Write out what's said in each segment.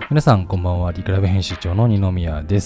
皆さんこんばんは。リクラブ編集長の二宮です。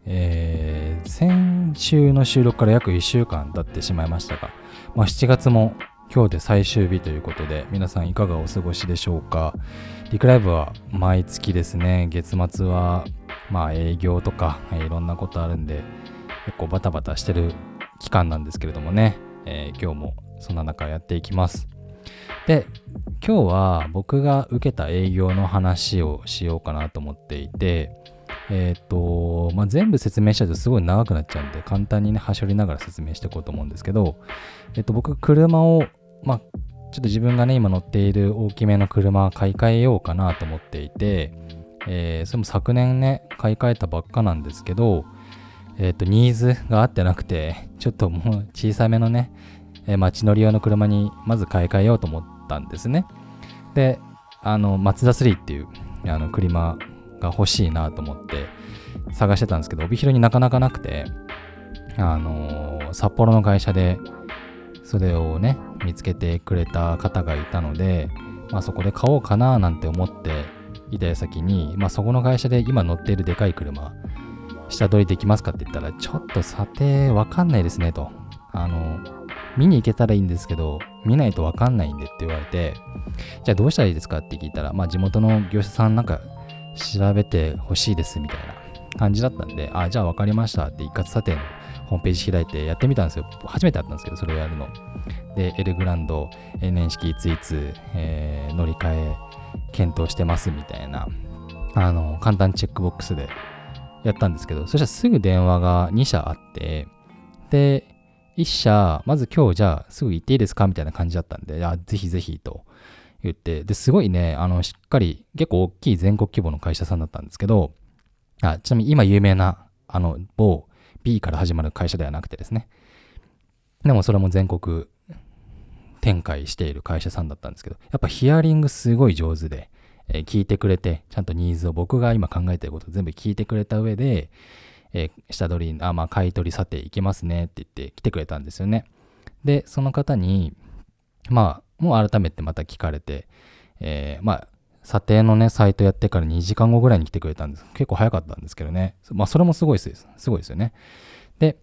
先週の収録から約1週間経ってしまいましたが、7月も今日で最終日ということで、皆さんいかがお過ごしでしょうか。リクライブは毎月ですね、月末は営業とかいろんなことあるんで結構バタバタしてる期間なんですけれどもね、今日もそんな中やっていきます。で、今日は僕が受けた営業の話をしようかなと思っていて、全部説明しちゃうとすごい長くなっちゃうんで、簡単にね、はしょりながら説明していこうと思うんですけど、僕、車を、ちょっと自分がね、今乗っている大きめの車を買い替えようかなと思っていて、それも昨年ね、買い替えたばっかなんですけど、ニーズが合ってなくて、ちょっともう小さめのね、街乗り用の車にまず買い替えようと思ったんですね。で、マツダ3っていう車が欲しいなと思って探してたんですけど、帯広になかなかなくて、札幌の会社でそれをね見つけてくれた方がいたので、そこで買おうかななんて思っていた矢先に、そこの会社で今乗っているでかい車下取りできますかって言ったら、ちょっと査定わかんないですねと、見に行けたらいいんですけど見ないとわかんないんでって言われて、じゃあどうしたらいいですかって聞いたら、地元の業者さんなんか調べてほしいですみたいな感じだったんで、じゃあ分かりましたって一括査定のホームページ開いてやってみたんですよ。初めてやったんですけど、それをやるので、エルグランド年式いついつ、乗り換え検討してますみたいな簡単チェックボックスでやったんですけど、そしたらすぐ電話が2社あって、で1社まず今日じゃあすぐ行っていいですかみたいな感じだったんで、ぜひぜひと言って、ですごいね、しっかり結構大きい全国規模の会社さんだったんですけど、ちなみに今有名な某 B から始まる会社ではなくてですね、でもそれも全国展開している会社さんだったんですけど、やっぱヒアリングすごい上手で、聞いてくれて、ちゃんとニーズを僕が今考えていることを全部聞いてくれた上で、下取り買い取り査定行けますねって言って来てくれたんですよね。でその方にもう改めてまた聞かれて、査定のねサイトやってから2時間後ぐらいに来てくれたんです。結構早かったんですけどね、それもすごいですよね。で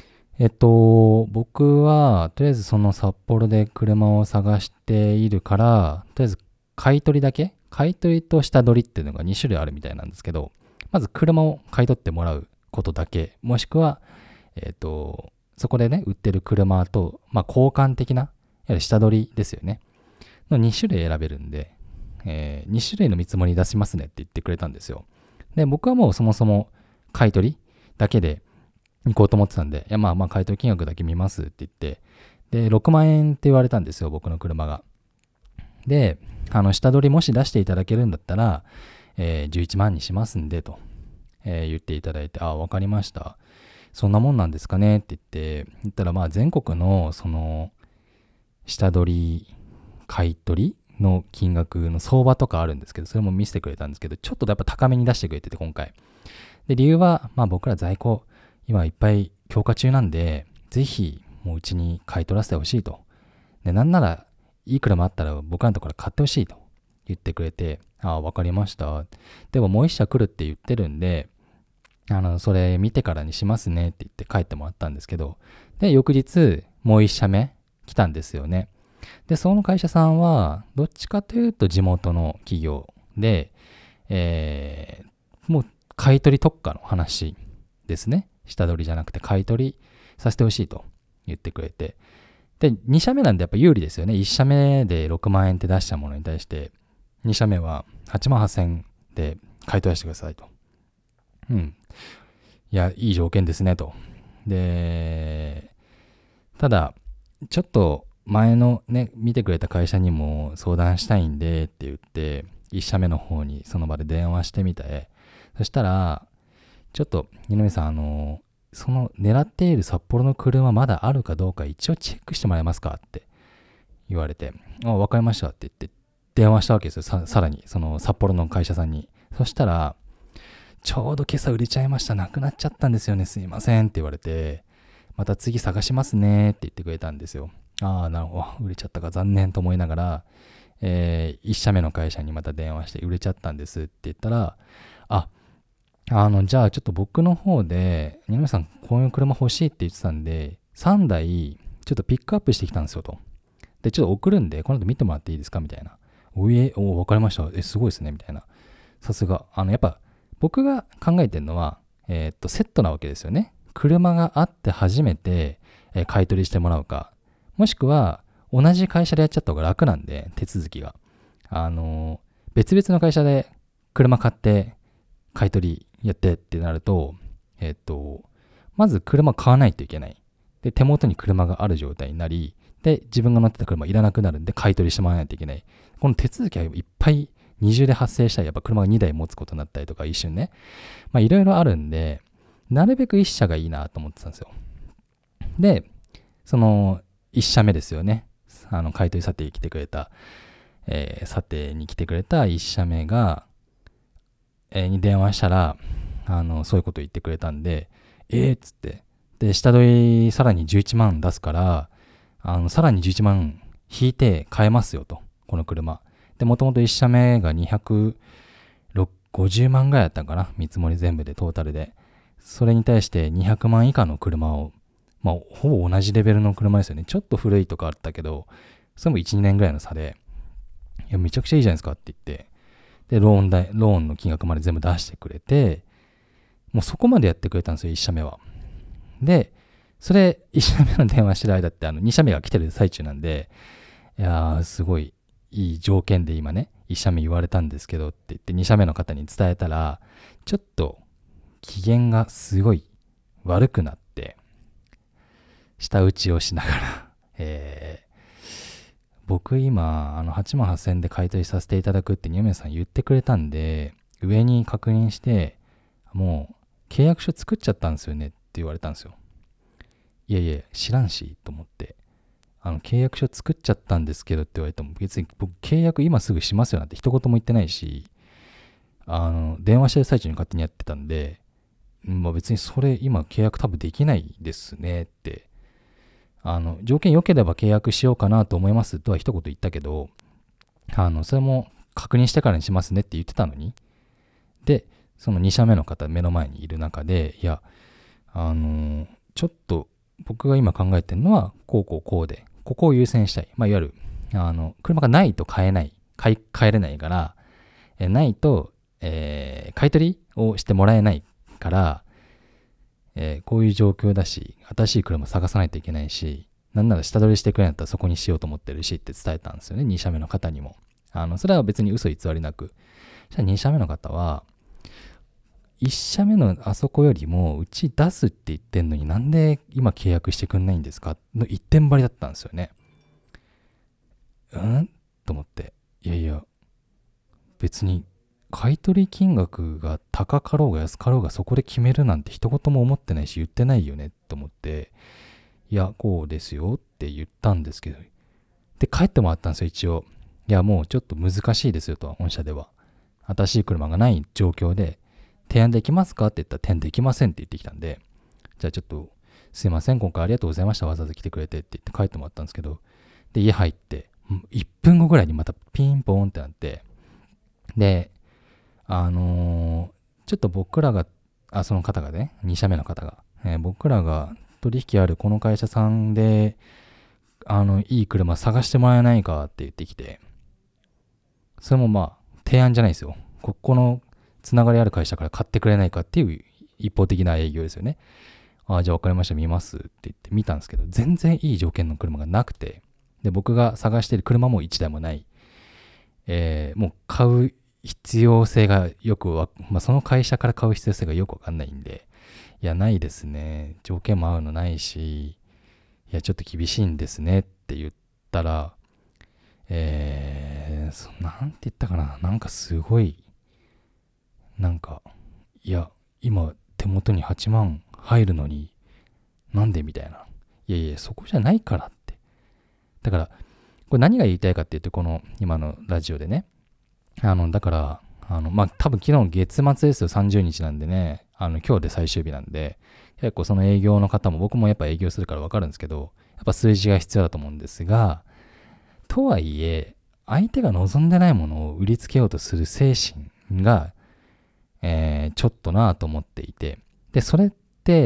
僕はとりあえずその札幌で車を探しているから、とりあえず買い取りと下取りっていうのが2種類あるみたいなんですけど、まず車を買い取ってもらうことだけ、もしくはそこでね売ってる車と交換的な、いわゆる下取りですよねの2種類選べるんで、2種類の見積もり出しますねって言ってくれたんですよ。で僕はもうそもそも買い取りだけで行こうと思ってたんで、買い取り金額だけ見ますって言って、で6万円って言われたんですよ、僕の車が。で下取りもし出していただけるんだったら、11万にしますんでと、言っていただいて、わかりました、そんなもんなんですかねって言ったら、全国のその下取り買い取りの金額の相場とかあるんですけど、それも見せてくれたんですけど、ちょっとやっぱ高めに出してくれてて、今回で理由は、僕ら在庫今いっぱい強化中なんで、ぜひもううちに買い取らせてほしいと、でなんならいい車あったら僕らのところ買ってほしいと言ってくれて、わかりました、でももう一社来るって言ってるんでそれ見てからにしますねって言って帰ってもらったんですけど、で翌日もう一社目来たんですよね。でその会社さんはどっちかというと地元の企業で、もう買い取り特化の話ですね。下取りじゃなくて買い取りさせてほしいと言ってくれて、で2社目なんでやっぱ有利ですよね。1社目で6万円って出したものに対して2社目は8万8000円で買い取らせてくださいと。いや、いい条件ですねと。でただちょっと前のね見てくれた会社にも相談したいんでって言って1社目の方にその場で電話してみて、そしたらちょっと二宮さんその狙っている札幌の車まだあるかどうか一応チェックしてもらえますかって言われて、わかりましたって言って電話したわけですよ。さらにその札幌の会社さんに。そしたら、ちょうど今朝売れちゃいました、なくなっちゃったんですよね、すいませんって言われて、また次探しますねって言ってくれたんですよ。なるほど、売れちゃったか残念と思いながら、 1社目の会社にまた電話して売れちゃったんですって言ったら、あ、じゃあちょっと僕の方で、二宮さんこういう車欲しいって言ってたんで、3台ちょっとピックアップしてきたんですよと。で、ちょっと送るんで、この後見てもらっていいですかみたいな。わかりました。すごいですね。みたいな。さすが。やっぱ僕が考えてるのは、セットなわけですよね。車があって初めて、買い取りしてもらうか。もしくは、同じ会社でやっちゃった方が楽なんで、手続きが。別々の会社で車買って、買い取りやってってなると、まず車買わないといけない。で、手元に車がある状態になり、で、自分が乗ってた車いらなくなるんで、買い取りしてもらわないといけない。この手続きはいっぱい二重で発生したり、やっぱ車が2台持つことになったりとか、一瞬ね。まあ、いろいろあるんで、なるべく1社がいいなと思ってたんですよ。で、その1社目ですよね。買い取り査定に来てくれた、査定に来てくれた1社目が、に電話したら、そういうこと言ってくれたんで、っつって。で、下取りさらに11万出すから、さらに11万引いて買えますよと、この車。で、もともと1社目が250万ぐらいだったんかな、見積もり全部でトータルで。それに対して200万以下の車を、まあ、ほぼ同じレベルの車ですよね。ちょっと古いとかあったけど、それも1、2年ぐらいの差で、いや、めちゃくちゃいいじゃないですかって言って、で、ローンの金額まで全部出してくれて、もうそこまでやってくれたんですよ、1社目は。で、それ、1社目の電話してる間って、2社目が来てる最中なんで、いやー、すごいいい条件で今ね、1社目言われたんですけどって言って、2社目の方に伝えたら、ちょっと機嫌がすごい悪くなって、舌打ちをしながら、僕今、8万8000円で買い取りさせていただくって二宮さん言ってくれたんで、上に確認して、もう契約書作っちゃったんですよねって言われたんですよ。いやいや、知らんし、と思って。契約書作っちゃったんですけどって言われても、別に僕契約今すぐしますよなんて一言も言ってないし、電話してる最中に勝手にやってたんで、まあ別にそれ今契約多分できないですねって、条件良ければ契約しようかなと思いますとは一言言ったけど、それも確認してからにしますねって言ってたのに、で、その2社目の方目の前にいる中で、いや、ちょっと僕が今考えてるのは、こうで、ここを優先したい。まあ、いわゆる、車がないと買えれないから、ないと、買い取りをしてもらえないから、こういう状況だし、新しい車探さないといけないし、なんなら下取りしてくれんやったらそこにしようと思ってるしって伝えたんですよね、2社目の方にも。それは別に嘘偽りなく。じゃあ2社目の方は、1社目のあそこよりもうち出すって言ってんのになんで今契約してくんないんですかの一点張りだったんですよね。と思って。いやいや、別に買取金額が高かろうが安かろうがそこで決めるなんて一言も思ってないし言ってないよねと思って、いや、こうですよって言ったんですけど、で、帰ってもらったんですよ、一応。いや、もうちょっと難しいですよと、御社では。新しい車がない状況で、提案できますかって言ったら、提案できませんって言ってきたんで、じゃあちょっと、すいません、今回ありがとうございました、わざわざ来てくれてって言って帰ってもらったんですけど、で、家入って、1分後ぐらいにまたピンポーンってなって、で、ちょっと僕らが、その方がね、2社目の方が、僕らが取引あるこの会社さんで、いい車探してもらえないかって言ってきて、それもまあ、提案じゃないですよ。ここのつながりある会社から買ってくれないかっていう一方的な営業ですよね。じゃあ分かりました、見ますって言って見たんですけど、全然いい条件の車がなくて、で、僕が探している車も1台もない。もう買う必要性がよくその会社から買う必要性がよくわかんないんで、いや、ないですね。条件も合うのないし、いや、ちょっと厳しいんですねって言ったら、なんて言ったかな。なんかすごい、いや、今手元に8万入るのに、なんでみたいな。いやいや、そこじゃないからって。だから、これ何が言いたいかっていうと、この今のラジオでね。だから、多分昨日月末ですよ、30日なんでね。今日で最終日なんで、結構その営業の方も、僕もやっぱ営業するから分かるんですけど、やっぱ数字が必要だと思うんですが、とはいえ、 相手が望んでないものを売りつけようとする精神が、ちょっとなぁと思っていて、で、それって、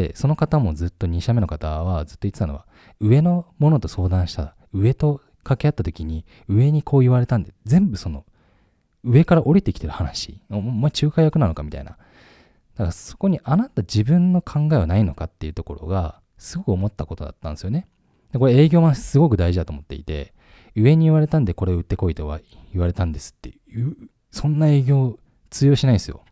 その方もずっと2社目の方はずっと言ってたのは、上のものと相談した、上と掛け合った時に、上にこう言われたんで、全部その、上から降りてきてる話、お前仲介役なのかみたいな。だからそこにあなた自分の考えはないのかっていうところが、すごく思ったことだったんですよね。でこれ営業マンすごく大事だと思っていて、上に言われたんでこれ売ってこいとは言われたんですっていう、そんな営業通用しないですよ。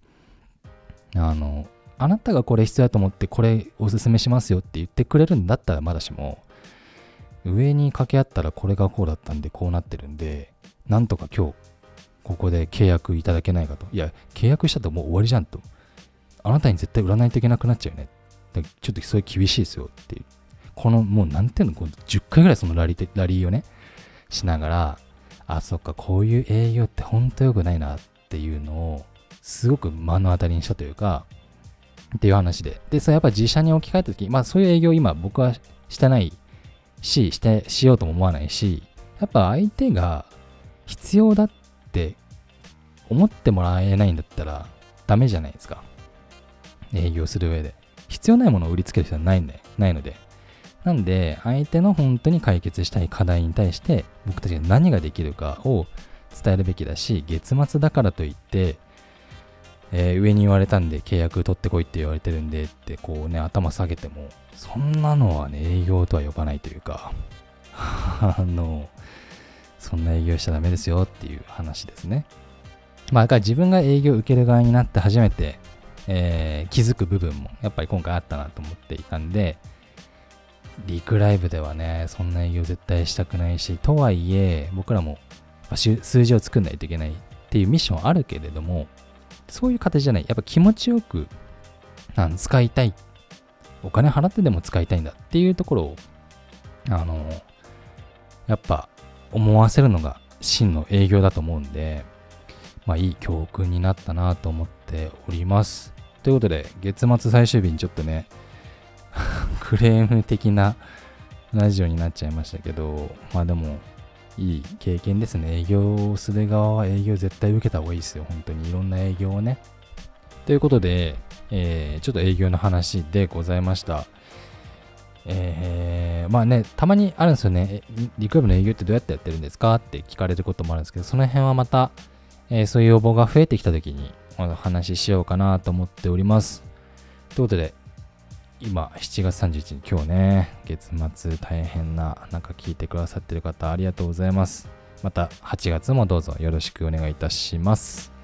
あなたがこれ必要だと思ってこれおすすめしますよって言ってくれるんだったらまだしも、上に掛け合ったらこれがこうだったんでこうなってるんで、なんとか今日ここで契約いただけないかと。いや、契約したともう終わりじゃんと。あなたに絶対売らないといけなくなっちゃうよね。ちょっとそれ厳しいですよっていう。このもうなんていうの、10回ぐらいそのラリーをね、しながら、あ、そっか、こういう営業ってほんと良くないなっていうのを、すごく目の当たりにしたというか、っていう話で。で、それやっぱ自社に置き換えたとき、まあそういう営業今僕はしてないし、しようとも思わないし、やっぱ相手が必要だって思ってもらえないんだったらダメじゃないですか。営業する上で。必要ないものを売りつける必要はないので。なんで、相手の本当に解決したい課題に対して僕たちが何ができるかを伝えるべきだし、月末だからといって、上に言われたんで契約取ってこいって言われてるんでってこうね、頭下げても、そんなのはね、営業とは呼ばないというか、そんな営業しちゃダメですよっていう話ですね。まあ、だから自分が営業を受ける側になって初めて、気づく部分もやっぱり今回あったなと思っていたんで、リクライブではね、そんな営業絶対したくないし、とはいえ、僕らも数字を作んないといけないっていうミッションあるけれども、そういう形じゃない。やっぱ気持ちよく使いたい。お金払ってでも使いたいんだっていうところを、やっぱ思わせるのが真の営業だと思うんで、まあいい教訓になったなと思っております。ということで、月末最終日にちょっとね、クレーム的なラジオになっちゃいましたけど、まあでも、いい経験ですね。営業をする側は営業絶対受けた方がいいですよ。本当にいろんな営業をね。ということで、ちょっと営業の話でございました。まあね、たまにあるんですよね。リクライブの営業ってどうやってやってるんですかって聞かれることもあるんですけど、その辺はまた、そういう要望が増えてきたときにお話ししようかなと思っております。ということで、今7月31日今日ね、月末大変な中聞いてくださってる方ありがとうございます。また8月もどうぞよろしくお願いいたします。